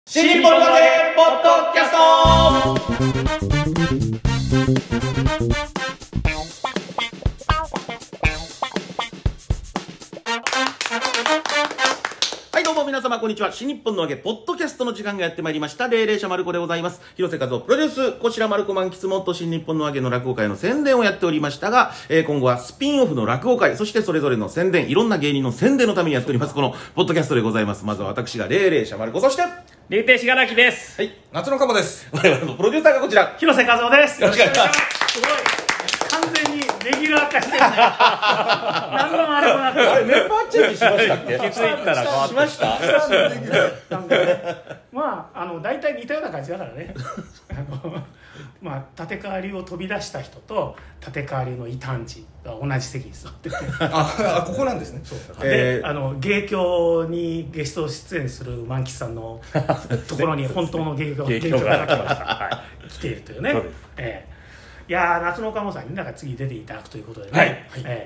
新日本の芸ポッドキャスト。はいどうも皆様こんにちは。新日本の揚げポッドキャストの時間がやってまいりました。霊霊者マルコでございます。広瀬和夫プロデュース、こちらマルコ満喫モット新日本の揚げの落語会の宣伝をやっておりましたが、今後はスピンオフの落語会、そしてそれぞれの宣伝、いろんな芸人の宣伝のためにやっておりますこのポッドキャストでございます。まずは私が霊霊者マルコ、そして竜亭しがらきです。 はい、 夏の鴨です。 我々のプロデューサーがこちら、 広瀬和夫です。 よろしくお願いします。 すごい完全にレギュラー化してるね。何のあれもなく、 あれメンバーチェンジしましたっけ？ 気づいたら変わってしました？ なんかね、まあ大体似たような感じだからね。まあ立川流を飛び出した人と立川流の異端児が同じ席に座ってて、 あ、ここなんですね。 そうで、芸協にゲスト出演する満喫さんのところに本当の芸協が来ているというね。いやー、夏の鴨さんになんか次出ていただくということでね、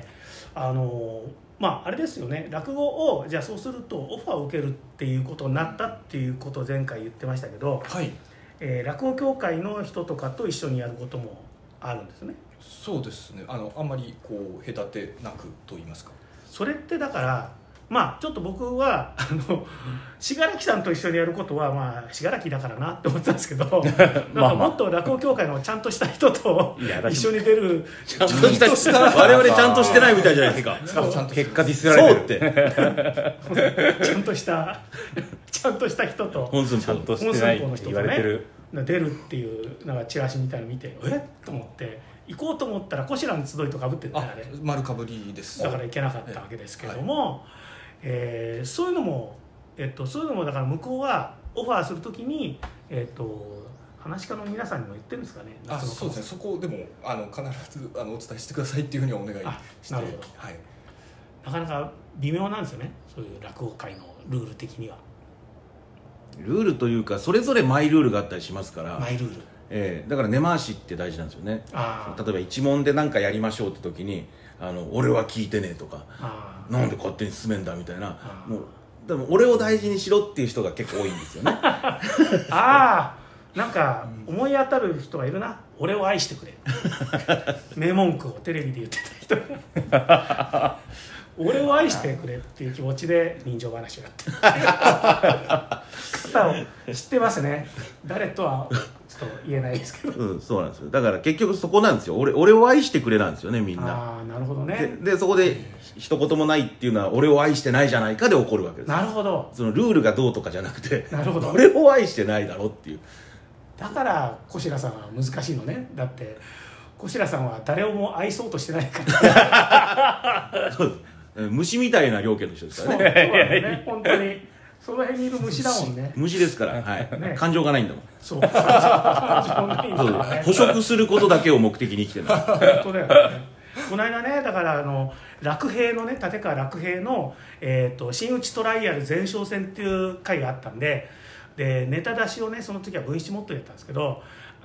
まああれですよね、落語をじゃあそうするとオファーを受けるっていうことになったっていうことを前回言ってましたけど、 はい。 落語協会の人とかと一緒にやることもあるんですね。 そうですね。あんまりこう隔てなくと言いますか。 それってだからまあちょっと僕は信楽さんと一緒にやることはまあ信楽だからなって思ってたんですけど、なんかもっと落語協会のちゃんとした人と一緒に出る、 ちゃんとした我々ちゃんとしてないみたいじゃないですか。 結果ディスられてるってちゃんとした人と本寸法の人とね出るっていうなんかチラシみたいなの見てと思って行こうと思ったらコシラの集いとかぶってるんだよ、あれ丸かぶりです。 だから行けなかったわけですけれども、そういうのもだから向こうはオファーするときに話し家の皆さんにも言ってるんですかね。 そうですね。そこでも必ずお伝えしてくださいっていうふうにはお願いして、 なるほど、 はい。 なかなか微妙なんですよね、そういう落語界のルール的には。 ルールというかそれぞれマイルールがあったりしますから、 マイルール、 だから根回しって大事なんですよね。例えば一問で何かやりましょうって時に俺は聞いてねえとか、なんで勝手に進めんだみたいな、もうでも俺を大事にしろっていう人が結構多いんですよね。 なんか思い当たる人がいるな。俺を愛してくれ名文句をテレビで言ってた人俺を愛してくれっていう気持ちで人情話をやってる方を知ってますね。誰とはちょっと言えないですけど、 そうなんですよ。だから結局そこなんですよ。俺を愛してくれなんですよね、みんな。 なるほどね。 でそこで一言もないっていうのは俺を愛してないじゃないかで起こるわけです。 なるほど。 そのルールがどうとかじゃなくて、 なるほど、 俺を愛してないだろっていう。 だから小白さんは難しいのね。だって小白さんは誰をも愛そうとしてないからそうです。虫みたいな了見の人ですからね。 そうだね、本当にその辺にいる虫だもんね。 虫ですから、はいね、感情がないんだもん。 そう、感情ないんだよね。 捕食することだけを目的に生きてる。 本当だよね。この間ね、だから楽平のね、立川楽平の、真打ちトライアル前哨戦っていう会があったんで、ネタ出しをね、その時は文七モットーやったんですけど、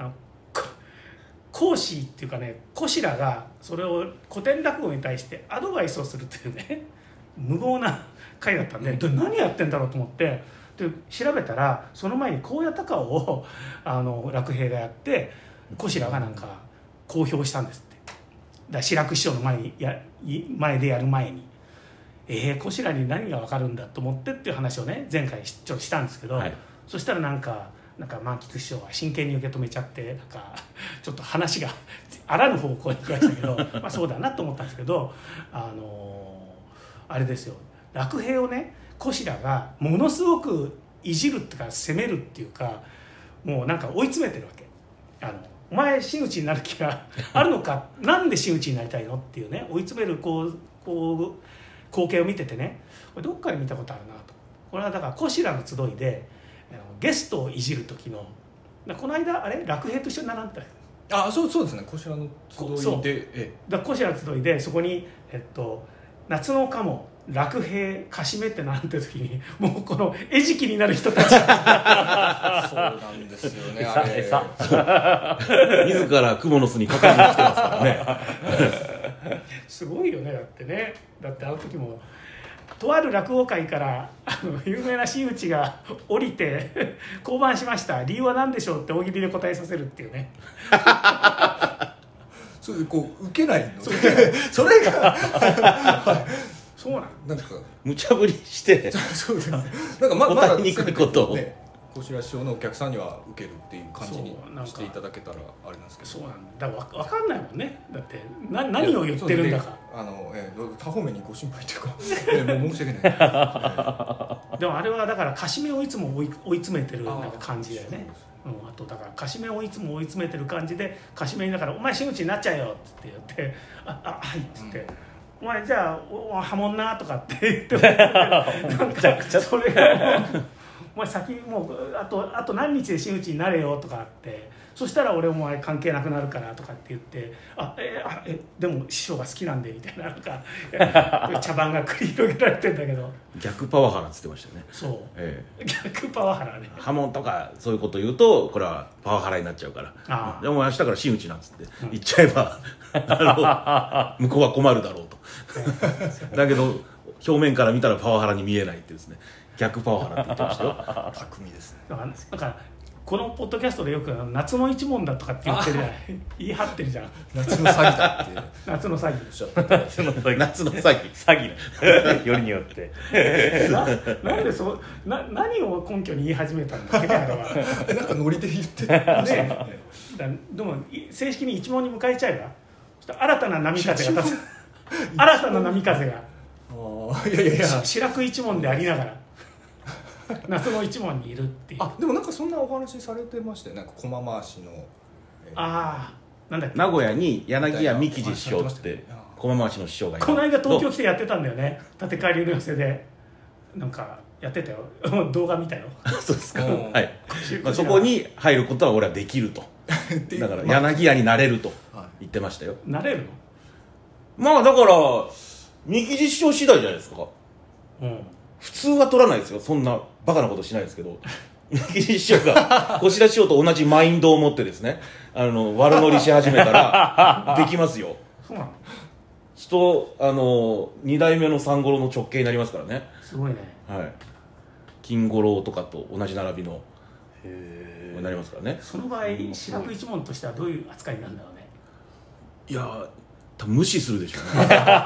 講師っていうかね、小白がそれを古典落語に対してアドバイスをするっていうね、無謀な回だったんで、何やってんだろうと思ってで調べたら、その前に高野高尾を楽平がやって小白がなんか公表したんですって。だから志らく師匠の前でやる前に小白に何が分かるんだと思ってっていう話をね、前回ちょっとしたんですけど、はい、そしたらなんか満喫師匠は真剣に受け止めちゃって、なんかちょっと話があらぬ方向に行きましたけどまあそうだなと思ったんですけど、あれですよ、楽平をね、小白がものすごくいじるっていうか責めるっていうか、もうなんか追い詰めてるわけ。お前真打ちになる気があるのかなんで真打ちになりたいのっていうね、追い詰めるこう光景を見ててね、これどっかで見たことあるなと。これはだから小白の集いでゲストをいじる時の、この間あれ楽平と一緒に並んでた。 そうですね。小白の集いで、 小白の集いでそこに夏の鴨楽平かしめってなんて時に、もうこの餌食になる人たちそうなんですよね。 自らクモの巣にかかりに来てますからね。 すごいよね。だってあの時もとある落語会から有名な真打ちが降りて降板しました、理由は何でしょうって大喜利で答えさせるっていうねそれでこう受けないのそうそれがそうなんなんか無茶ぶりしてそうですなんか答えにくいことをね、小白師匠のお客さんには受けるっていう感じにそうなんかしていただけたらあれなんですけど、 そうなんだ、だから分かんないもんね、だって何を言ってるんだか。 多方面にご心配というか、もう申し訳ないでもあれはだからかしめをいつも追い詰めてるなんか感じだよね。あとだからかしめをいつも追い詰めてる感じで、かしめにだから「お前真打ちになっちゃえよ」って言って「はい」っつって「お前じゃあ破門な」とかって言ってなんかそれがお前先にもうあと何日で真打ちになれよとかって、そしたら俺お前関係なくなるからとかって言ってでも師匠が好きなんでみたいな、なんか茶番が繰り広げられてんだけど、 逆パワハラっつってましたよね。 そう、逆パワハラね。 破門とかそういうこと言うとこれはパワハラになっちゃうから、でも明日から真打ちなんつって言っちゃえば、向こうは困るだろうとだけど表面から見たらパワハラに見えないってですね、逆パワハラって言ってましたよ巧みですね。 なんかこのポッドキャストでよく夏の一問だとかって言ってるじゃない言い張ってるじゃん、 夏の詐欺だって夏の詐欺おっしゃってた夏の詐欺よりによってなんで何を根拠に言い始めたんだっけね、あれはなんかノリで言ってましたね。 でも正式に一問に迎えちゃえば、そしたら新たな波風が立つ新たな波風がいや白く一問でありながら夏の一問にいるっていう。 でもなんかそんなお話されてましたよ、なんか駒回しのなんだっけ、 名古屋に柳家三木師匠って駒回しの師匠がいる。 この間東京来てやってたんだよね、立川流の寄席でなんかやってたよ動画見たよそうですか、 うんはい、そこに入ることは俺はできるとだから柳家になれると言ってましたよ。 なれるの？ まあだから三木師匠次第じゃないですか。普通は取らないですよ、そんなバカなことしないですけど三木師匠が小白師匠と同じマインドを持ってですね悪乗りし始めたらできますよ。 そうなの？ 2代目の三五郎の直系になりますからね。 すごいね。 はい、金五郎とかと同じ並びのなりますからね。 その場合白く一門としてはどういう扱いになるんだろうね。 いや多分無視するでしょうね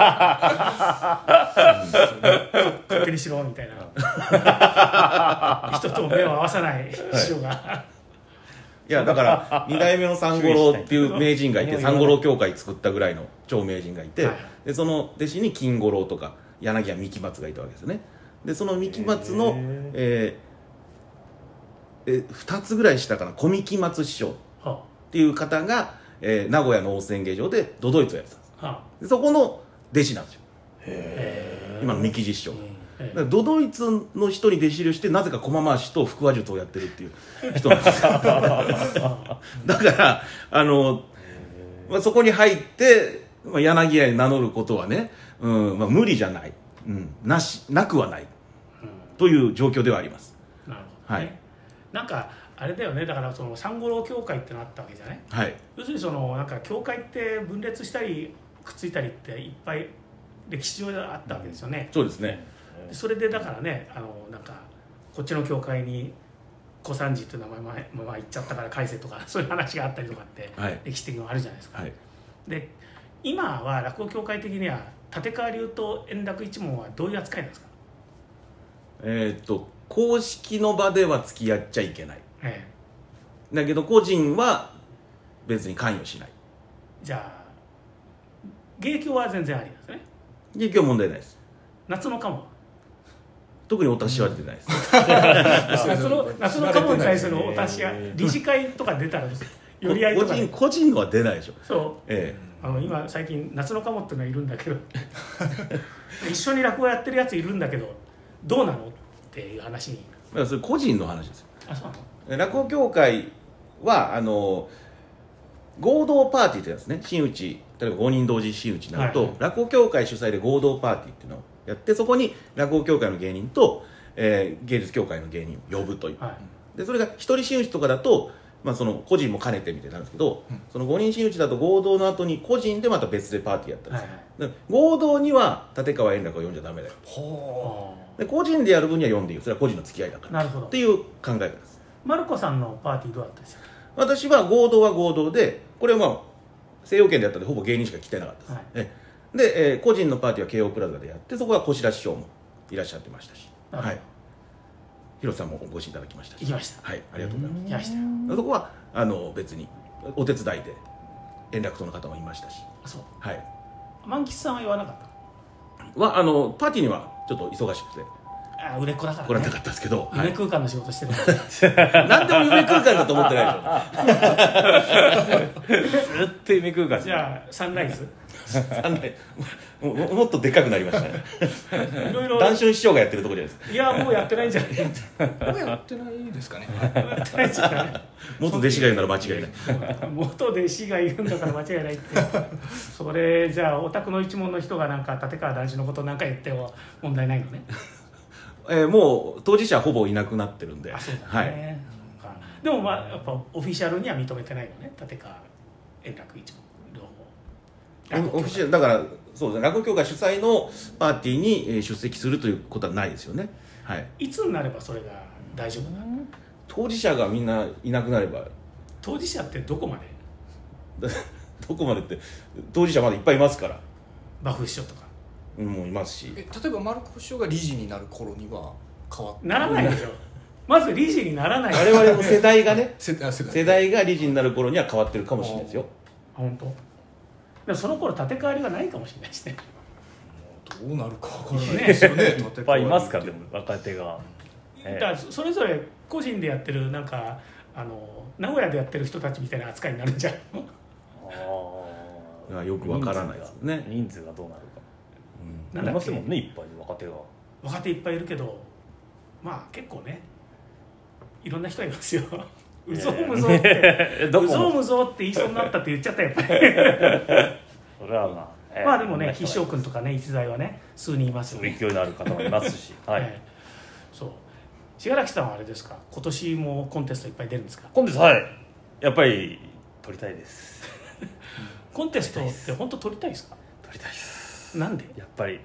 勝手にしろみたいな人と目を合わさない師匠が、 いやだから2代目の三五郎っていう名人がいて、三五郎協会作ったぐらいの超名人がいて、でその弟子に金五郎とか柳家三木松がいたわけですよね。でその三木松の、2つぐらい下かな、小三木松師匠っていう方が、名古屋の大泉芸場で都々逸をやってたんです。でそこの弟子なんですよ、今の三木師匠が。都々逸の人に弟子入りして、なぜか駒回しと腹話術をやってるっていう人なんですよだからそこに入って、柳家に名乗ることはね、無理じゃない、なくはない、という状況ではあります。 なるほどね。はい、なんかあれだよね、だからその三五郎協会ってのあったわけじゃない、はい、要するになんか協会って分裂したりくっついたりっていっぱい歴史上であったわけですよね。 そうですね。 それでだからね、なんかこっちの協会に小三治っていう名前言っちゃったから返せとか、そういう話があったりとかって、歴史的にはあるじゃないですか。はい、で今は落語協会的には立川流と円楽一門はどういう扱いなんですか？ 公式の場では付き合っちゃいけない、だけど個人は別に関与しない。 じゃあ芸協は全然ありなんですね。 芸協は問題ないです。 夏の鴨は特にお達しは出てないです、 夏の鴨に対するお達しは理事会とか出たら寄り合いとか、 個人は出ないでしょ。 そう、今最近夏の鴨っていうのはいるんだけど一緒に落語やってるやついるんだけどどうなのっていう話に。 それ個人の話ですよ。 あ、そうなの？ 落語協会は合同パーティーというやつね、真打ち、例えば5人同時真打ちになると、落語協会主催で合同パーティーっていうのをやって、そこに落語協会の芸人と、芸術協会の芸人を呼ぶという、でそれが一人真打ちとかだとその個人も兼ねてみたいになるんですけど、その5人真打ちだと合同の後に個人でまた別でパーティーやったんですよ、で合同には立川円楽を呼んじゃダメだよ、で個人でやる分には呼んでいいよ、それは個人の付き合いだからなるほどっていう考え方です。 マルコさんのパーティーどうだったんですか？ 私は合同は合同で、これは西洋圏でやったんでほぼ芸人しか来てなかったです、で、個人のパーティーは慶応プラザでやって、そこは小白師匠もいらっしゃってましたし、はい、広瀬さんもお越しいただきましたし、 行きました、 はい、ありがとうございます。 行きましたよ。 そこは別にお手伝いで円楽党の方もいましたし、 そう、 はい、 満吉さんは言わなかった？ パーティーにはちょっと忙しくて売れっ子だから、ね、 来られなかったですけど、 夢空間の仕事してる、 何でも夢空間だと思ってないずっと夢空間じゃあサンライズもっとでっかくなりましたねいろいろ談春師匠がやってるところじゃないですか。 いやもうやってないんじゃないもうやってないですかね。 やってないんじゃない元弟子がいるなら間違いない元弟子がいるんだから間違いないってそれじゃあお宅の一門の人がなんか立川談志のことなんか言っても問題ないのねもう当事者はほぼいなくなってるんで。 あ、そうだね、 はい、 でもやっぱオフィシャルには認めてないのね、立川円楽一門両方。 オフィシャルだからそうですね、落語協会主催のパーティーに出席するということはないですよね。はい。 いつになればそれが大丈夫なの？ 当事者がみんないなくなれば。 当事者ってどこまで？ どこまでって当事者まだいっぱいいますから。 馬風師匠とか。 もういますし、 例えば丸子師匠が理事になる頃には変わってならないでしょまず理事にならない我々の世代がね世代が理事になる頃には変わってるかもしれないですよ。 本当？でもその頃立て替わりがないかもしれないですね。 どうなるか分からないですよね。 いっぱいいますからでも若手が、 だからそれぞれ個人でやってるなんか名古屋でやってる人たちみたいな扱いになるんじゃないの？ よくわからないですね。 人数がどうなるか。 なんだっけ、 いますもんね、いっぱい若手が。 若手いっぱいいるけど、まあ結構ねいろんな人がいますようぞうむぞってうぞうむぞって言いそうになったって言っちゃったよやっぱりそれはまあ、 まあでもね必勝君とかね逸材はね数人いますよね。 勢いのある方もいますしはい、 そう信楽さんはあれですか、今年もコンテストいっぱい出るんですか？ コンテスト、はい、やっぱり取りたいですコンテストって本当取りたいですか？ 取りたいです。 なんで？ やっぱり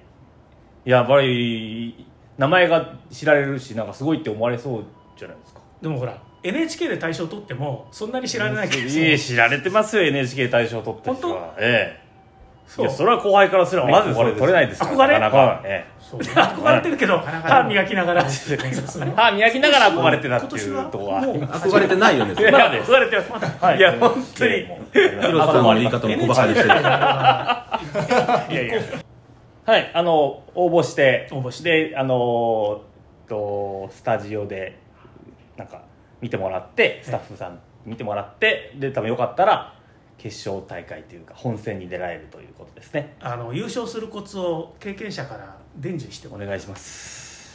名前が知られるし、なんかすごいって思われそうじゃないですか。 でもほら NHK で大賞取ってもそんなに知られないけど、 知られてますよ NHK 大賞取った人は。 本いやそれは後輩からすればまず取れないですから。 憧れ？ なかなか、 そう憧れてるけど歯磨きながら歯磨きながら憧れてたっていうところは憧れてないよね。 まだ憧れてますまだ。 いや本当に広瀬さんの言い方も小馬鹿にしてる。 いやいやはい応募してでスタジオでなんか見てもらってスタッフさん見てもらってで多分よかったら決勝大会というか本戦に出られるということですね。 優勝するコツを経験者から伝授してお願いします。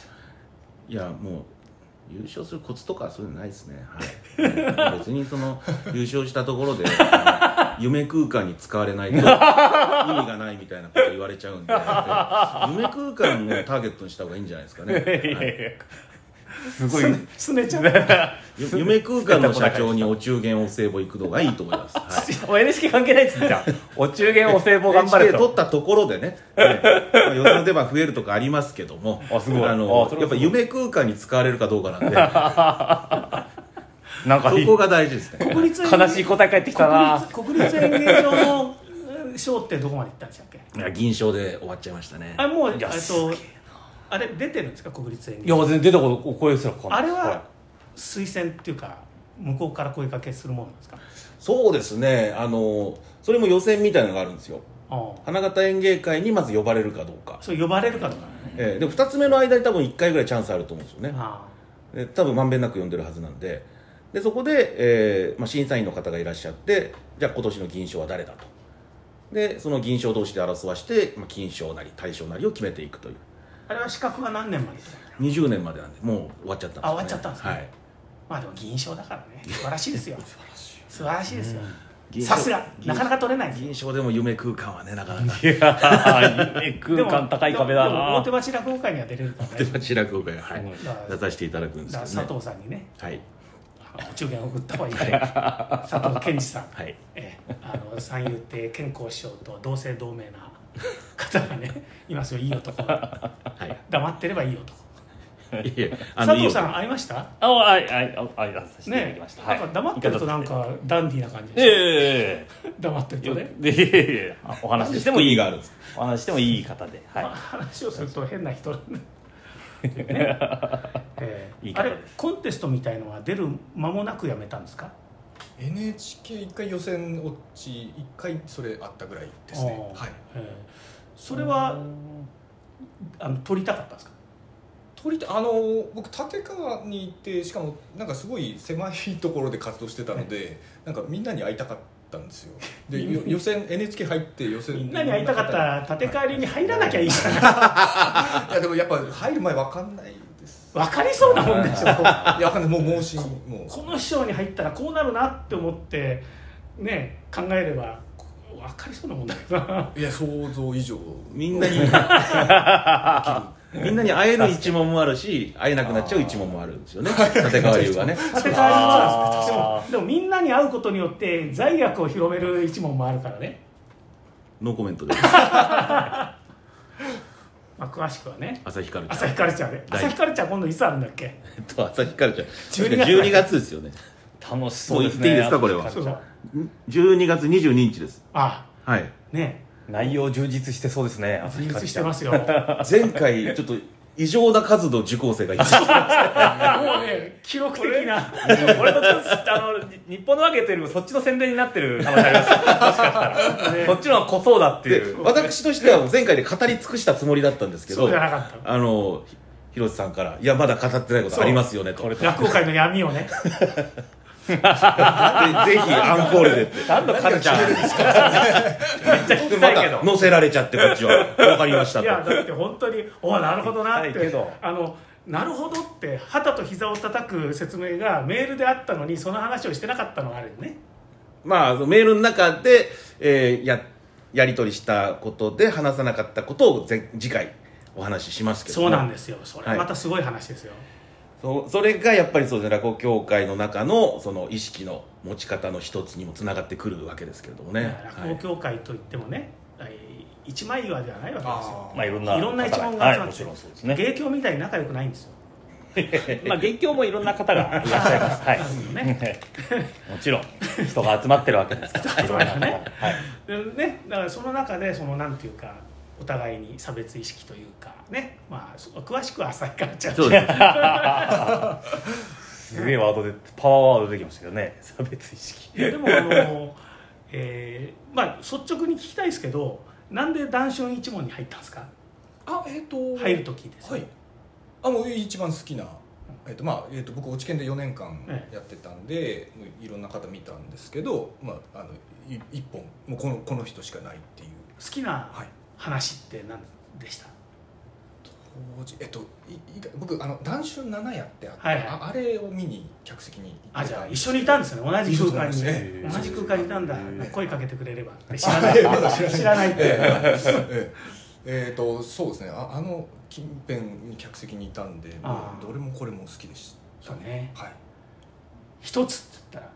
いやもう優勝するコツとかそういうのないですね、はい、別にその優勝したところで夢空間に使われないと意味がないみたいなこと言われちゃうんで夢空間をターゲットにした方がいいんじゃないですかね、はい、 すごいすねちゃう夢空間の社長にお中元お歳暮行くのがいいと思います、 はい、NHK 関係ないですじゃあお中元お歳暮頑張れと NHK 取ったところでね、予算の出番増えるとかありますけどもすごいやっぱ夢空間に使われるかどうかなんでなんかそこが大事ですね。 悲しい答え返ってきたな。 国立演芸場の賞ってどこまで行ったんでしたっけ？ いや銀賞で終わっちゃいましたね。 もうあれ出てるんですか国立演芸場？いや全然出たこと声すらかあれは推薦っていうか向こうから声かけするものなんですか？ そうですねそれも予選みたいなのがあるんですよ。花形演芸会にまず呼ばれるかどうか。 そう呼ばれるかどうかね。 で2つ目の間に多分1回ぐらいチャンスあると思うんですよね。多分まんべんなく呼んでるはずなんで。でそこで、審査員の方がいらっしゃってじゃあ今年の銀賞は誰だとでその銀賞同士で争わして、金賞なり大賞なりを決めていくという。 あれは資格は何年までですか ？20年までなんでもう終わっちゃったんですよね。 終わっちゃったんですね、 はい、 でも銀賞だからね素晴らしいですよ素晴らしいですよ、 うん、 さすがなかなか取れないです。 銀賞でも夢空間はねなかなかいや夢空間高い壁だな。 大手町落語会には出れるからね。 大手町落語会、はい、出させていただくんですけどね。 佐藤さんにね、 はい、 お中元を送った方がいい佐藤健二さん、 はい、 三遊亭健康師匠と同姓同名な方がねいますよ。いい男、はい、黙ってればいい男。 いや佐藤さん会いました？ あいさせていただきました。 なんか黙ってるとなんかダンディーな感じでしょ。黙ってるとね。 お話ししてもいいがあるんです。お話してもいい方で、 話をすると変な人なんで。 いいあれコンテストみたいのは出る間もなくやめたんですか？ NHK 1回予選落ち1回それあったぐらいですね。はい。 それは撮りたかったんですか？ 僕立川に行って、しかもなんかすごい狭いところで活動してたので、なんかみんなに会いたかったんですよ。で予選 NHK 入って予選みんなに会いたかったら立て替えりに入らなきゃいいじゃない。 いやでもやっぱ入る前分かんないです。 分かりそうなもんでしょ。いや分かんない、もう盲信。 この師匠に入ったらこうなるなって思ってね考えれば分かりそうなもんだけどな。いや想像以上みんなにみんなに会える一問もあるし、会えなくなっちゃう一問もあるんですよね。立川流がね。 立川流はでもみんなに会うことによって罪悪を広める一問もあるからね。 ノーコメントで。 まあ詳しくはね。 朝日カルチャー。 朝日カルチャーで。朝日カルチャー今度いつあるんだっけ？ 朝日カルチャー。12月ですよね。 楽しそうですね。 もう言っていいですかこれは。12月22日です。 ああ。 はい。 ね。 内容充実してそうですね。 充実してますよ。 前回ちょっと異常な数の受講生がいましたもうね記録的な俺と日本のわけというよりもそっちの宣伝になってる可能性ありますもしかしたら、ね、そっちの濃そうだっていう私としては前回で語り尽くしたつもりだったんですけど、 そうじゃなかった。 広瀬さんから「いやまだ語ってないことありますよね」と落語界の闇をねぜひアンコールで何のカルチャーなんですかめっちゃ聞きたいけど、 載せられちゃってこっちは分かりましたと。 いやだって本当になるほどなってなるほどって旗と膝を叩く説明がメールであったのにその話をしてなかったのがあるよね。 まあメールの中で、やり取りしたことで話さなかったことを次回お話ししますけど、 そうなんですよ。それはまたすごい話ですよ。 それがやっぱりそうですね、落語協会の中のその意識の持ち方の一つにもつながってくるわけですけれどもね。 落語協会といってもね、一枚岩ではないわけですよ。 まあ、いろんな一門が集まって、 ね、 芸協みたいに仲良くないんですよ。 まあ芸協もいろんな方がいらっしゃいます。はい。もちろん人が集まってるわけですから。 人が集まってね。はい。ね、だからその中でなんていうか。お互いに差別意識というかね、まあ詳しくは朝日カルチャーすげえワードでパワーワード出てきましたけどね、差別意識。 でもまあ率直に聞きたいですけど、なんで談春一門に入ったんですか？入る時です。 はい。もう一番好きな僕落研で4年間やってたんで、いろんな方見たんですけど、一本もうこの人しかないっていう好きな話って何でした？ 当時僕談春7やってあれを見に客席に行ってじゃあ一緒にいたんですよね。同じ空間に同じ空間にいたんだ。声かけてくれればって知らないってそうですね、近辺に客席にいたんでどれもこれも好きでしたね。はい。 一つって言ったら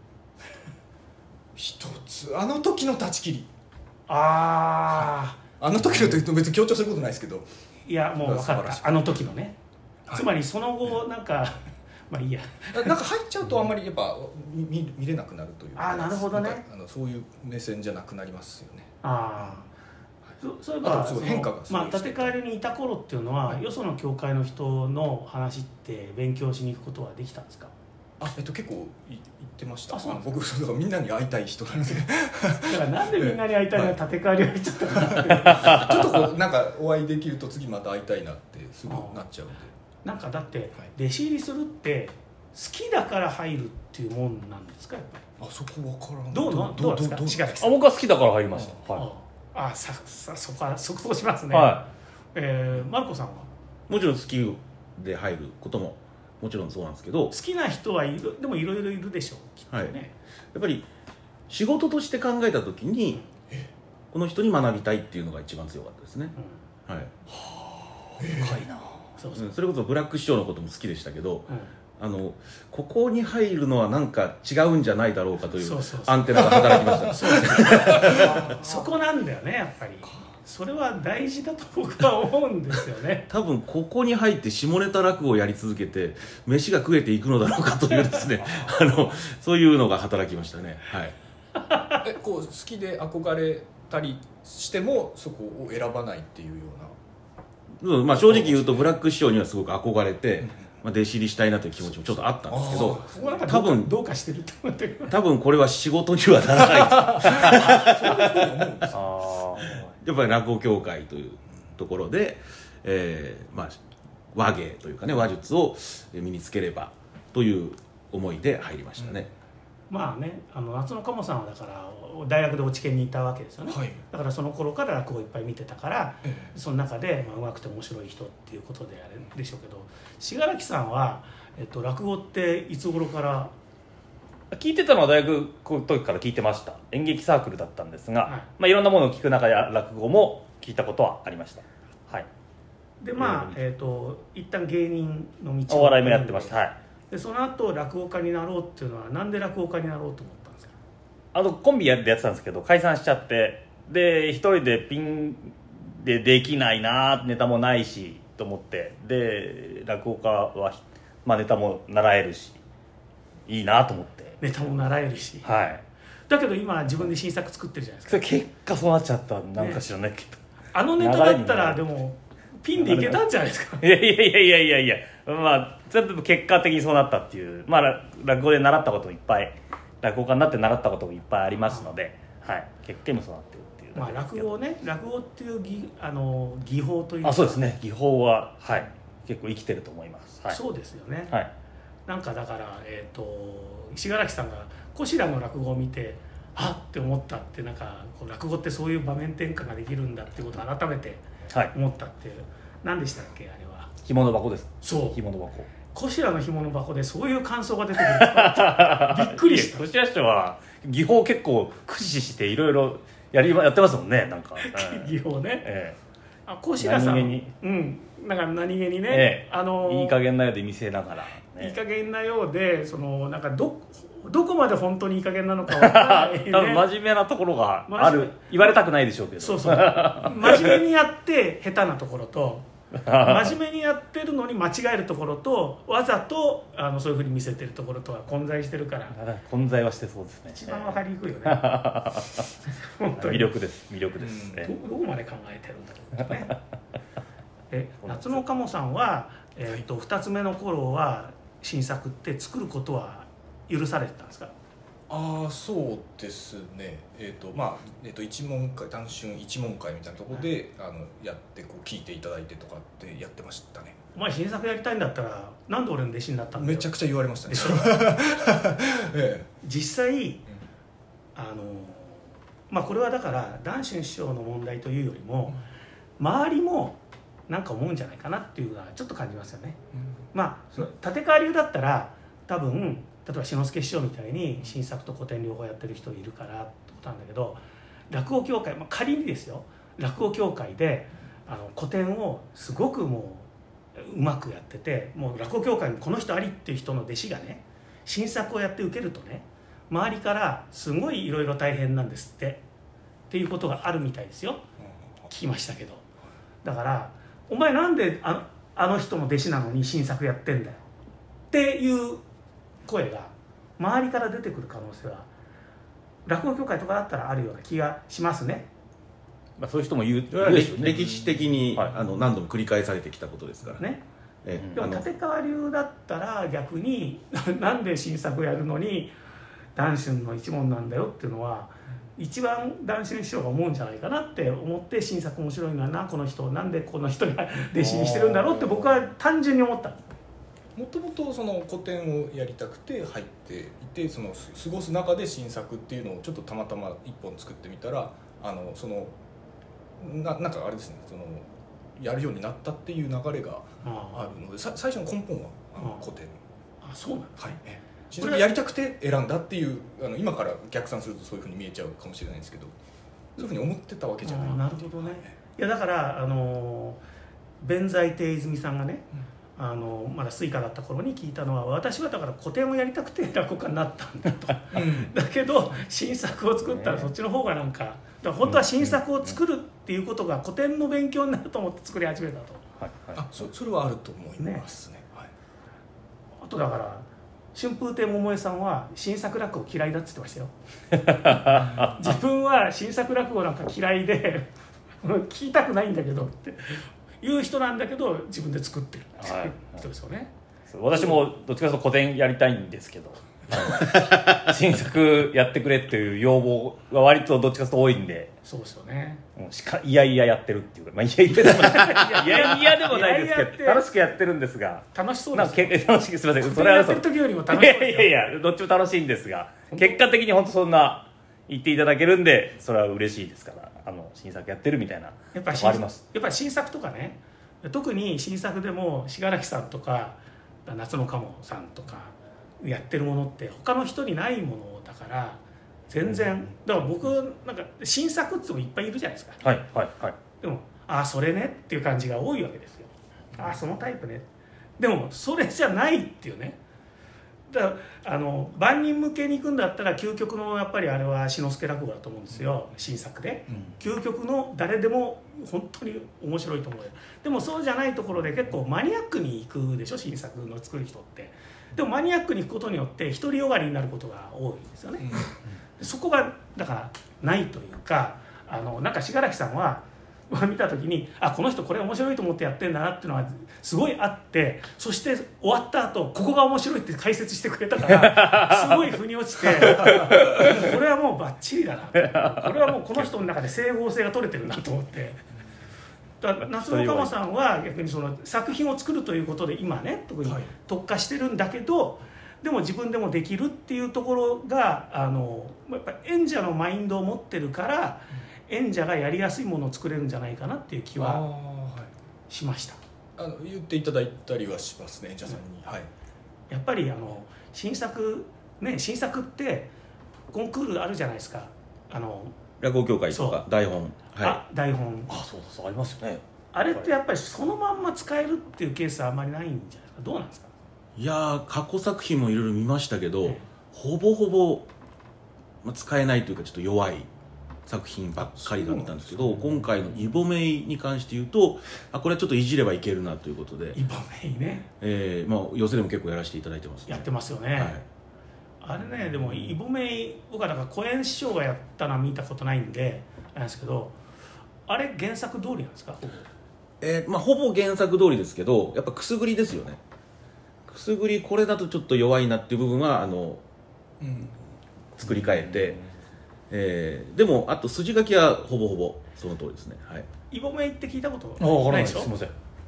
一つあの時の断ち切り。 あの時のと別に強調することないですけど、 いやもう分かった。あの時のね、つまりその後なんかまあいいや、 なんか入っちゃうとあんまりやっぱ見れなくなるというか、 なるほどね、 そういう目線じゃなくなりますよね。 そういえば変化が立川流にいた頃っていうのは、よその教会の人の話って勉強しに行くことはできたんですか？ 結構言ってました。僕だからみんなに会いたい人なんでだからなんでみんなに会いたいの立川流に行っちゃったかなってちょっとなんかお会いできると次また会いたいなってすぐなっちゃうんで、 なんかだって弟子入りするって好きだから入るっていうもんなんですか？やっぱりそこ分からん。 どうですか？ 僕は好きだから入りました。 そこは即答しますね。マルコさんはもちろん好きで入ることももちろんそうなんですけど、好きな人はいる、でもいろいろいるでしょうきっとね。 やっぱり仕事として考えた時にこの人に学びたいっていうのが一番強かったですね。深いな。 それこそブラック師匠のことも好きでしたけど、 ここに入るのはなんか違うんじゃないだろうかというそうそうそうアンテナが働きましたそうそうそこなんだよねやっぱり。それは大事だと僕は思うんですよね多分ここに入って下ネタ落語をやり続けて飯が食えていくのだろうかというですねそういうのが働きましたね。はい。 こう好きで憧れたりしてもそこを選ばないっていうような。 まあ、正直言うとブラック師匠にはすごく憧れて、まあ、弟子入りしたいなという気持ちもちょっとあったんですけど、 そこなんか多分どうかしてると思ってる多分これは仕事にはならないやっぱり落語協会というところで、まあ、話芸というかね話術を身につければという思いで入りましたね。 まあね、夏の鴨さんはだから大学で落研にいたわけですよね、 はい、 だからその頃から落語いっぱい見てたから、その中で、まあ、上手くて面白い人っていうことであれでしょうけど、信楽さんは、落語っていつ頃から聞いてたのは大学の時から聞いてました。演劇サークルだったんですが、 はいまあ、いろんなものを聞く中で落語も聞いたことはありました。はい。 でまあ、一旦芸人の道をお笑いもやってました。はい。 でその後落語家になろうっていうのはなんで落語家になろうと思ったんですか？ コンビでやってたんですけど解散しちゃって、で一人でピンでできないな、ネタもないしと思って、で落語家は、まあ、ネタも習えるしいいなと思って、 ネタも習えるし、 はい。 だけど今自分で新作作ってるじゃないですか。 それ結果そうなっちゃったなんか知らないけど、 ネタだったらでもピンでいけたんじゃないですか。 いやまあ全部結果的にそうなったっていう、まあ落語で習ったこともいっぱい、落語家になって習ったこともいっぱいありますので、はい、結果もそうなってるっていう。 まあ落語ね、落語っていう技法というか、 そうですね、技法は、はい、結構生きてると思います。はい、 そうですよね。 はい、 なんかだから信楽さんが小白の落語を見てあって思ったって、なんかこう落語ってそういう場面転換ができるんだっていうことを改めて思ったっていう、何でしたっけあれは。 干物箱です。 そう、 干物箱。 小白の干物箱でそういう感想が出てくるびっくりした。 小白師匠は技法結構駆使していろいろやってますもんね、なんか技法ね、小白さん何気に、 なんか何気にね、 いい加減なようで見せながら、 いい加減なようで、なんかどこまで本当にいい加減なのかわからない、ね、 多分真面目なところがある、言われたくないでしょうけど、 そう真面目にやって下手なところと真面目にやってるのに間違えるところと、わざとそういうふうに見せてるところとは混在してるから、 混在はしてそうですね。 一番わかりにくいよね本当に魅力です、どこまで考えてるんだろうね夏の鴨さんは、2つ目の頃は新作って作ることは許されてたんですか？ そうですね、まあ一問会、単春一問会みたいなところで、やってこう聞いていただいてとかってやってましたね。 お前新作やりたいんだったらなんで俺の弟子になったんだよ。 めちゃくちゃ言われましたね実際まあこれはだから談春師匠の問題というよりも、周りもなんか思うんじゃないかなっていうのはちょっと感じますよね、まあ立川流だったら多分例えば志の輔師匠みたいに新作と古典両方やってる人いるからってことなんだけど、落語協会、仮にですよ、落語協会で古典をすごくもうまくやってて、もう落語協会にこの人ありっていう人の弟子がね新作をやって受けるとね、周りからすごいいろいろ大変なんですっていうことがあるみたいですよ、聞きましたけど。だからお前なんであの人の弟子なのに新作やってんだよっていう声が周りから出てくる可能性は落語協会とかだったらあるような気がしますね。 まあそういう人も言うでしょうね。歴史的に、何度も繰り返されてきたことですからね。でも立川流だったら逆になんで新作やるのに談春の一門なんだよっていうのは一番談春師匠が思うんじゃないかなって思って、新作面白いのはなこの人なんでこの人に弟子にしてるんだろうって僕は単純に思った。 もともとその古典をやりたくて入っていて、その過ごす中で新作っていうのをちょっとたまたま一本作ってみたら、なんかあれですね、やるようになったっていう流れがあるので、最初の根本は古典。 そうなんです、はい、新作やりたくて選んだっていう、今から逆算するとそういうふうに見えちゃうかもしれないんですけど、そういうふうに思ってたわけじゃない。 なるほどね。いやだから弁財亭泉さんがね、 まだスイカだった頃に聞いたのは、私はだから古典をやりたくて落語家になったんだと、だけど新作を作ったらそっちの方がなんか、だから本当は新作を作るっていうことが古典の勉強になると思って作り始めたと。 それはあると思いますね。 あとだから春風亭桃江さんは新作落語嫌いだって言ってましたよ自分は新作落語なんか嫌いで聞きたくないんだけどっていう人なんだけど、自分で作ってるっていう人ですよね。 私もどっちかというと古典やりたいんですけど新作やってくれっていう要望が割とどっちかというと多いんで、 そうですよね。 いやいややってるっていうか、いやいやでもないいやいやでもないですけど楽しくやってるんですが、 楽しそうですよ。 楽しく、すみません、 それやってる時よりも楽しそうですよ。 いやどっちも楽しいんですが、結果的に本当そんな言っていただけるんでそれは嬉しいですから、新作やってるみたいなやっぱあります。 やっぱり新作とかね、特に新作でも信楽さんとか夏の鴨さんとかやってるものって他の人にないものだから全然、だから僕なんか新作ってもいっぱいいるじゃないですか。 はいはいはい。 でもそれねっていう感じが多いわけですよ。そのタイプね。でもそれじゃないっていうね。だから万人向けに行くんだったら究極のやっぱりあれは志の輔落語だと思うんですよ、新作で、究極の誰でも本当に面白いと思うよ。でもそうじゃないところで結構マニアックに行くでしょ、新作の作る人って。でもマニアックに行くことによって独りよがりになることが多いんですよね。そこがだからないというか、なんか信楽さんは見た時にこの人これ面白いと思ってやってんだなっていうのはすごいあって、そして終わった後ここが面白いって解説してくれたからすごい腑に落ちてこれはもうバッチリだな、これはもうこの人の中で整合性が取れてるなと思って。だから夏の鴨さんは逆にその作品を作るということで今ね特に特化してるんだけど、でも自分でもできるっていうところがやっぱり演者のマインドを持ってるから、演者がやりやすいものを作れるんじゃないかなっていう気はしました。 言っていただいたりはしますね、演者さんに。 やっぱり新作ってコンクールあるじゃないですか。 落語協会とか台本、 台本そうありますよね。 あれってやっぱりそのまんま使えるっていうケースはあんまりないんじゃないですか。どうなんですか。 いや過去作品もいろいろ見ましたけど、ほぼほぼ、使えないというかちょっと弱い作品ばっかりだったんですけど、今回のイボメイに関して言うとこれはちょっといじればいけるなということで、 イボメイね、 寄せでも結構やらせていただいてますね。 やってますよね、あれね。でもイボメイ、僕はだから小円師匠がやったのは見たことないんであれなんですけど、あれ原作通りなんですか。 ほぼ原作通りですけど、やっぱくすぐりですよね。くすぐりこれだとちょっと弱いなっていう部分は作り変えて、でもあと筋書きはほぼほぼその通りですね。 イボメイって聞いたことないでしょ。すみません。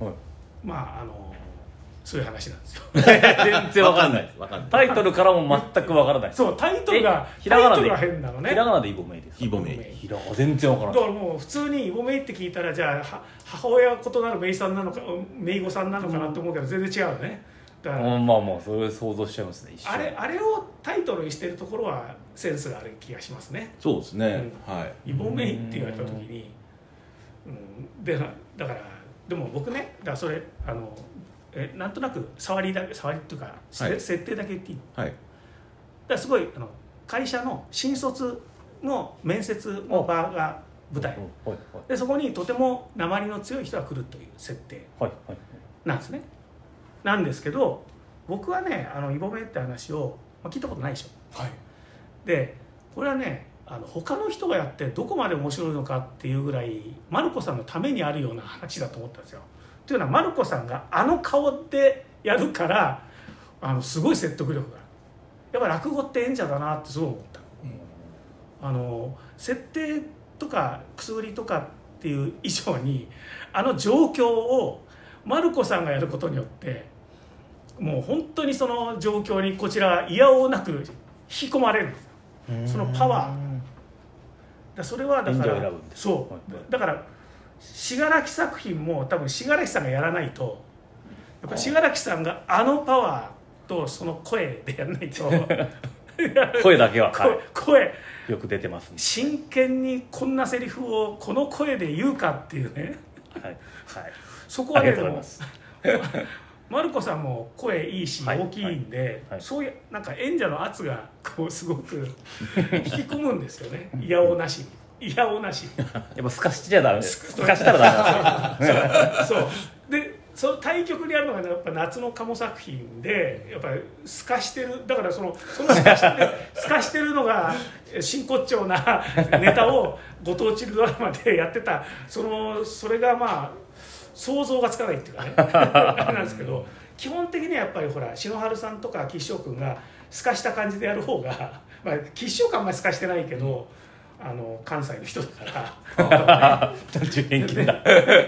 そういう話なんですよ全然わかんないです。タイトルからも全くわからないです。 そう、タイトルが変なのね。 ひらがなでイボメイですか。 イボメイ。 全然わからない。 だからもう普通にイボメイって聞いたら、じゃあ母親は異なるメイさんなのかメイゴさんなのかなと思うけど全然違うね。だからそれ想像しちゃいますね。 あれをタイトルにしてるところはセンスがある気がしますね。 そうですね。 イボメイって言われた時に、だからでも僕ね、だからそれなんとなく触りっていうか、設定だけ言っていい。だからすごい会社の新卒の面接の場が舞台で、そこにとても訛りの強い人が来るという設定なんですね。なんですけど、僕はねイボメイって話を、聞いたことないでしょ。でこれはね他の人がやってどこまで面白いのかっていうぐらいマルコさんのためにあるような話だと思ったんですよ。というのはマルコさんが顔でやるからすごい説得力がある。やっぱ落語って演者だなってすごい思った、設定とかくすぐりとかっていう以上に状況をマルコさんがやることによってもう本当にその状況にこちらはいやおうなく引き込まれるんですよ、そのパワー。それはだからだから信楽作品も多分信楽さんがやらないと、やっぱ信楽さんがパワーとその声でやらないと声だけは、 声よく出てますね。 真剣にこんなセリフをこの声で言うかっていうね、そこはねでもマルコさんも声いいしはい大きいんで、 はいそういうなんか演者の圧がこうすごく引き込むんですよね。いやおなしにいやおなしにやっぱすかしちゃダメですすかしたらダメなんですよそうでその対極にあるのがやっぱ夏の鴨作品でやっぱり透かしてるだからその透かしてるのが真骨頂なネタをご当地ドラマでやってたそれがまあ想像がつかないっていうかねあれなんですけど基本的にはやっぱりほら篠原さんとか岸翔君が透かした感じでやる方が、まあ、岸翔君はあんまり透かしてないけど関西の人だから受験金だ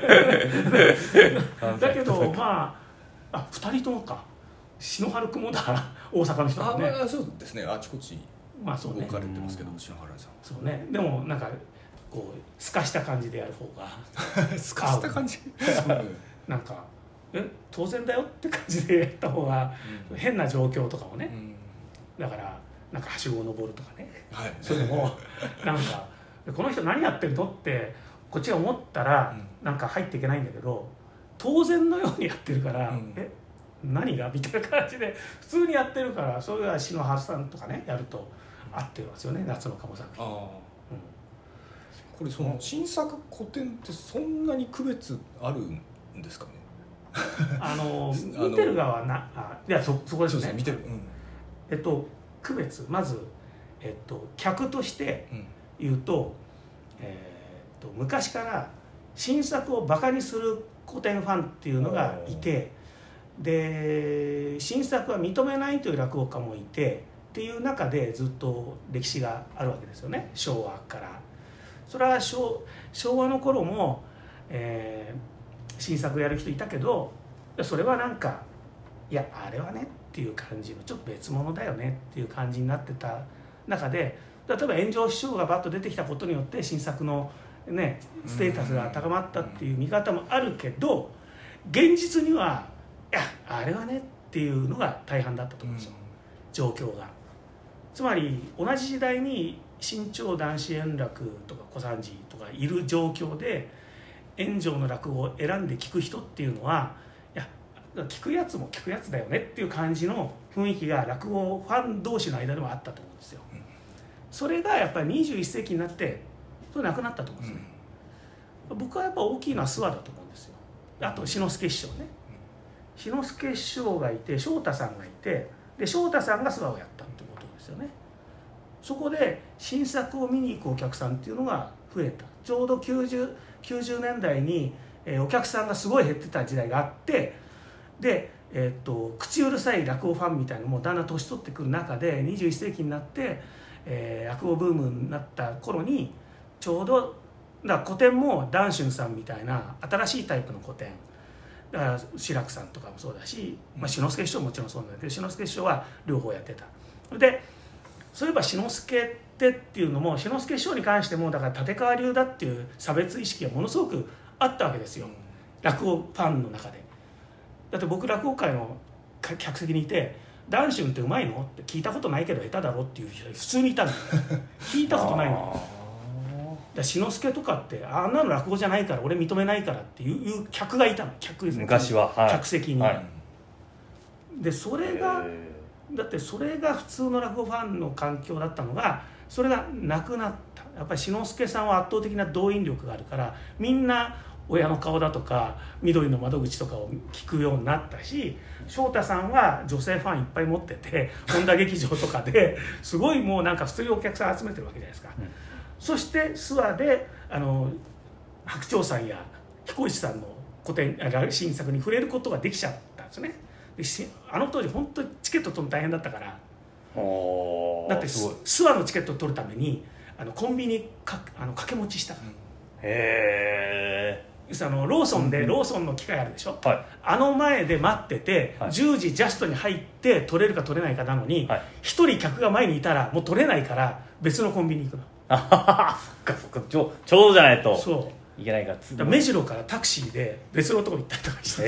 だけどまあ2人ともか篠原君もだ大阪の人だね。 そうですね、あちこちまあそうね動かれてますけど、篠原さんそうね。でもなんかこう透かした感じでやる方が透かした感じなんか当然だよって感じでやった方が、変な状況とかもね、だからなんかはしごを登るとかね、 はい、 それもなんかこの人何やってるのってこっちが思ったら、なんか入っていけないんだけど当然のようにやってるから、何がみたいな感じで普通にやってるからそれは篠原さんとかねやると合ってますよね、夏の鴨作品。 これその新作古典ってそんなに区別あるんですかね見てる側はいやそこですね。 見てる、 区別まず、客として言うと、昔から新作をバカにする古典ファンっていうのがいてで新作は認めないという落語家もいてっていう中でずっと歴史があるわけですよね、昭和から。それは昭和の頃も、新作やる人いたけどそれはなんかいやあれはねっていう感じのちょっと別物だよねっていう感じになってた中で例えば炎上師匠がバッと出てきたことによって新作の、ね、ステータスが高まったっていう見方もあるけど現実にはいやあれはねっていうのが大半だったと思うんですよ、状況が。つまり同じ時代に新潮男子円楽とか小三治とかいる状況で炎上の落語を選んで聞く人っていうのはいや聞くやつも聞くやつだよねっていう感じの雰囲気が落語ファン同士の間でもあったと思うんですよ。それがやっぱり21世紀になってそれなくなったと思うんですね。僕はやっぱ大きいのは諏訪だと思うんですよ。あと志の輔師匠ね、志の輔師匠がいて翔太さんがいてで翔太さんが諏訪をやったってことですよね。そこで新作を見に行くお客さんっていうのが増えた。ちょうど90年代にお客さんがすごい減ってた時代があってで、口うるさい落語ファンみたいなのもだんだん年取ってくる中で21世紀になって、落語ブームになった頃にちょうどだから古典も談春さんみたいな新しいタイプの古典だから志らくさんとかもそうだし、志の輔師匠ももちろんそうなんだけど志の輔師匠は両方やってた。でそういえば志の輔っていうのも志の輔師匠に関してもだから立川流だっていう差別意識がものすごくあったわけですよ、落語ファンの中で。だって僕落語会の客席にいて「談春ってうまいの?」って聞いたことないけど下手だろっていう人普通にいたの聞いたことないの志の輔とかってあんなの落語じゃないから俺認めないからっていう客がいたの昔は、 客席に、でそれがだってそれが普通の落語ファンの環境だったのがそれがなくなった。やっぱり志の輔さんは圧倒的な動員力があるからみんな親の顔だとか緑の窓口とかを聞くようになったし翔太さんは女性ファンいっぱい持ってて本田劇場とかですごいもうなんか普通にお客さん集めてるわけじゃないですか、そして諏訪で白鳥さんや彦一さんの古典新作に触れることができちゃったんですね。あの当時本当にチケット取るの大変だったからだって諏訪のチケットを取るためにコンビニ掛け持ちしたから、 へえ。 ローソンでローソンの機械あるでしょ、 はい、 前で待ってて、10時ジャストに入って取れるか取れないかなのに、1人客が前にいたらもう取れないから別のコンビニ行くの。 あそっかちょうどじゃないといけないから目白からタクシーで別のところ行ったりとかして、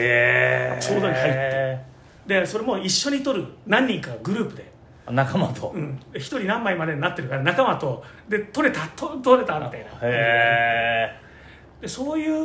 ちょうどに入ってでそれも一緒に取る何人かグループで仲間と、 1人何枚までになってるから仲間とで取れたみたいな。 へえ。 でそういうフ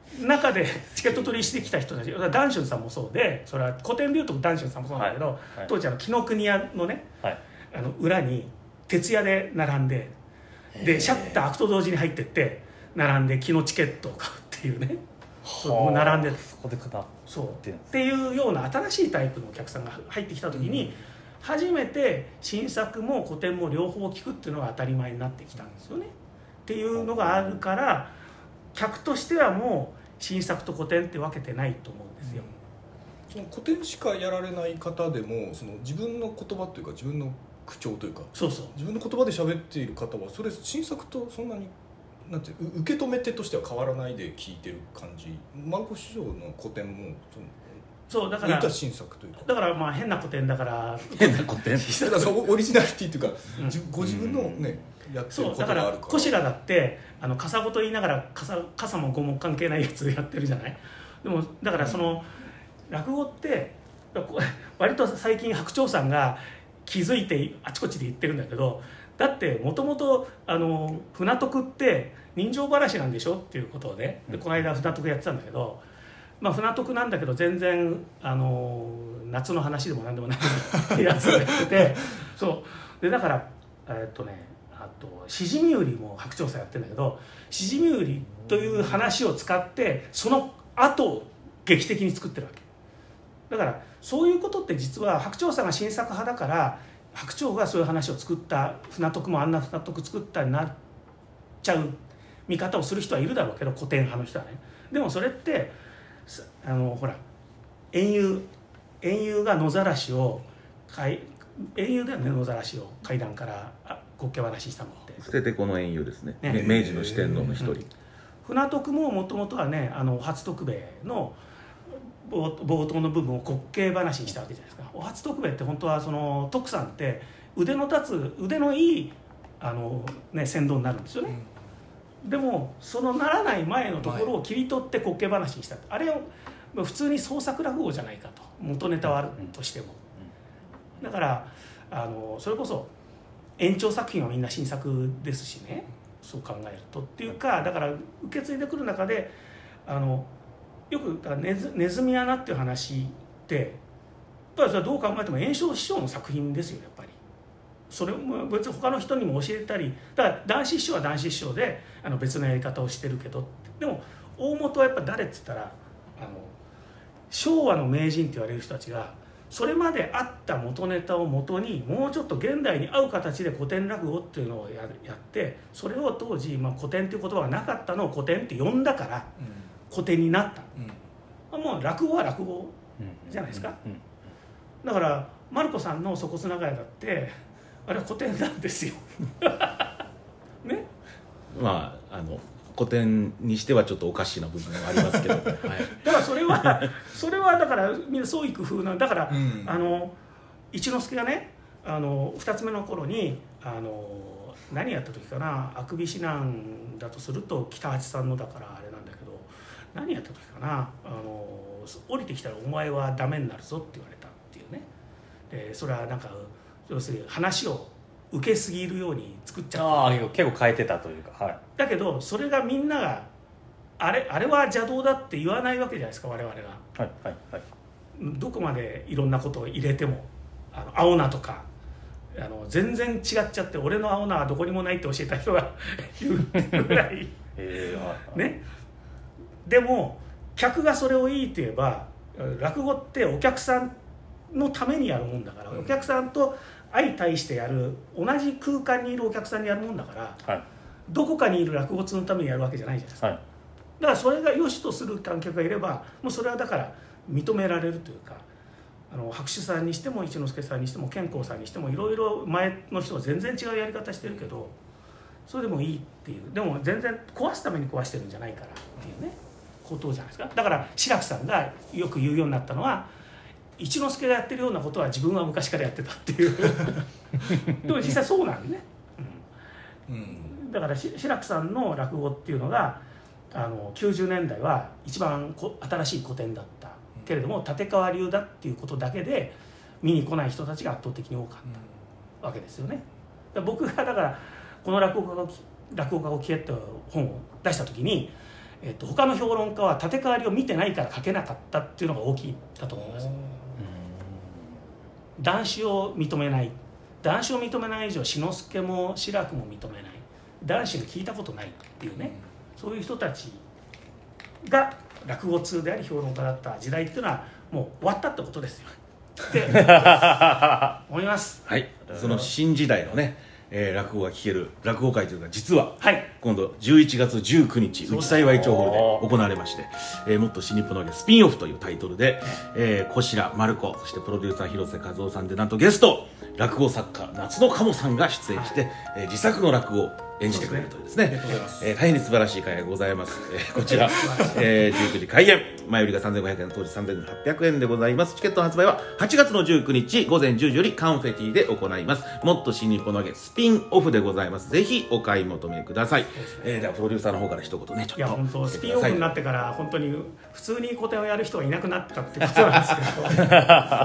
中でチケット取りしてきた人たち、談春さんもそうで、それは古典でいうと談春さんもそうなんだけど、 はいはい、 当時紀ノ国屋のね、 はい、 裏に徹夜で並んで、でシャッター開くと同時に入ってって並んで木のチケットを買うっていうね、そう並んでそこでそうっていうような新しいタイプのお客さんが入ってきた時に、初めて新作も古典も両方聞くっていうのが当たり前になってきたんですよね。っていうのがあるから、客としてはもう新作と古典って分けてないと思うんですよ。 その古典しかやられない方でも、その自分の言葉というか自分の口調というか、 そうそう、 自分の言葉で喋っている方はそれ新作とそんなになんて受け止め手としては変わらないで聞いてる感じ。マルコ師匠の古典もそうだから新作というか、 だからまあ変な古典だから変な古典だからオリジナリティというか、ご自分のね、やってることがあるから。そうだから小白だって傘ごと言いながら傘も語も関係ないやつやってるじゃない。でもだからその、落語って割と最近白鳥さんが気づいてあちこちで言ってるんだけど、だってもともと船徳って人情話なんでしょっていうことで、この間船徳やってたんだけど、まあ、船徳なんだけど全然夏の話でも何でもないやつをやっててそうで、だからあとしじみ売りも白鳥さんやってるんだけど、しじみ売りという話を使ってその後を劇的に作ってるわけだから、そういうことって実は白鳥さんが新作派だから白鳥がそういう話を作った、船徳もあんな船徳作ったになっちゃう見方をする人はいるだろうけど、古典派の人はね。でもそれってほら遠遊が野ざらしを遠遊だよね、野ざらしを階段から滑稽話したのって捨ててこの遠遊ですね。明治の四天王の一人。 船徳ももともとはね、お初徳兵衛の冒頭の部分を滑稽話にしたわけじゃないですか。お初徳兵衛って本当はその徳さんって腕のいい船頭になるんですよね。でもそのならない前のところを切り取って滑稽話にした、あれを普通に創作落語じゃないかと、元ネタはあるとしても。だからそれこそ延長作品はみんな新作ですしね、そう考えるとっていうか、だから受け継いでくる中でよくネズミ穴っていう話ってやっぱりそれはどう考えても圓生師匠の作品ですよ、やっぱり。それも別に他の人にも教えたり、だから男子師匠は男子師匠で別のやり方をしてるけど、でも大元はやっぱ誰っつったら昭和の名人って言われる人たちがそれまであった元ネタを元にもうちょっと現代に合う形で古典落語っていうのをやって、それを当時、古典っていう言葉がなかったのを古典って呼んだから古典になった、もう落語は落語じゃないですか。だからマルコさんの「粗骨長屋」だってあれは古典なんですよね。 まあ古典にしてはちょっとおかしな部分もありますけど、はい、 だからそれはだからみんな創意工夫なんだから、一之輔がね2つ目の頃に何やった時かな、あくび指南だとすると北八さんのだからあれなんだけど、何やった時かな、降りてきたらお前はダメになるぞって言われたっていうね。でそれはなんか要するに話を受けすぎるように作っちゃった。 結構変えてたというか、はい、 だけどそれがみんながあれは邪道だって言わないわけじゃないですか、我々が。 はいはいはい、 どこまでいろんなことを入れても青菜とか全然違っちゃって、俺の青菜はどこにもないって教えた人がいるぐらいね。でも客がそれをいいって言えば、落語ってお客さんのためにやるもんだから、お客さんと相対してやる、同じ空間にいるお客さんにやるもんだから、はい、どこかにいる落語通のためにやるわけじゃないじゃないですか、はい、だからそれが良しとする観客がいればもうそれはだから認められるというか、白手さんにしても一之輔さんにしても健康さんにしてもいろいろ前の人は全然違うやり方してるけど、それでもいいっていう、でも全然壊すために壊してるんじゃないからっていうねことじゃないですか。だから志らくさんがよく言うようになったのは、一之輔がやってるようなことは自分は昔からやってたっていうでも実際そうなんでね、だから志らくさんの落語っていうのが90年代は一番新しい古典だったけれども、立川流だっていうことだけで見に来ない人たちが圧倒的に多かったわけですよね。僕がだからこの落語家を聞けって本を出した時に他の評論家は立川りを見てないから書けなかったっていうのが大きいんだと思います。談志を認めない、談志を認めない以上志の輔も志らくも認めない、談志が聞いたことないっていうね、そういう人たちが落語通であり評論家だった時代っていうのはもう終わったってことですよって思います。 はい、その新時代のね、落語が聞ける落語会というのが実は、 はい、 今度11月19日内幸町ホールで行われまして、もっと新日本のわけスピンオフというタイトルで、小白マルコ、そしてプロデューサー広瀬和夫さんで、なんとゲスト落語作家夏野鴨さんが出演して、自作の落語を演じてくれるというですね、大変に素晴らしい会がございます。こちら、19時開演、前売りが3500円、当時3800円でございます。チケット発売は8月の19日午前10時よりカンフェティで行います。もっと新日本のわけスピンオフでございます。ぜひお買い求めください。ではプロデューサーの方から一言ね、ちょっと。 いや本当スピンオフになってから本当に普通に古典をやる人がいなくなったってことなんですけど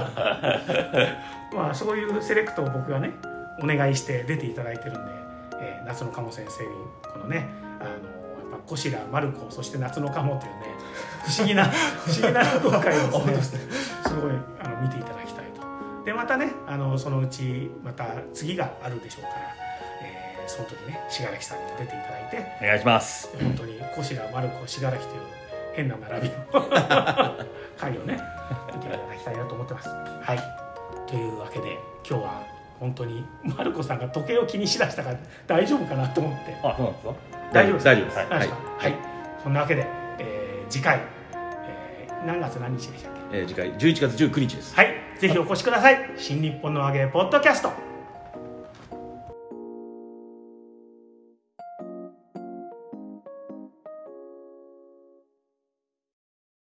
まあそういうセレクトを僕がねお願いして出ていただいてるんで、夏野鴨先生にこのねやっぱ小白マルコそして夏野鴨というね不思議な落語会をですねすごい見ていただきたいと。でまたねそのうちまた次があるでしょうから、その時ね信楽さんにも出ていただいてお願いします。 本当に小白マルコ信楽という変な並びの会をね見ていただきたいなと思ってます。はいというわけで今日は本当にマルコさんが時計を気にしだしたから大丈夫かなと思って。 あ、そうなんですか。 大丈夫です。 大丈夫です。 はい、はい、そんなわけで、次回、何月何日でしたっけ。 次回11月19日です。 はい、ぜひお越しください。新日本の揚げポッドキャスト。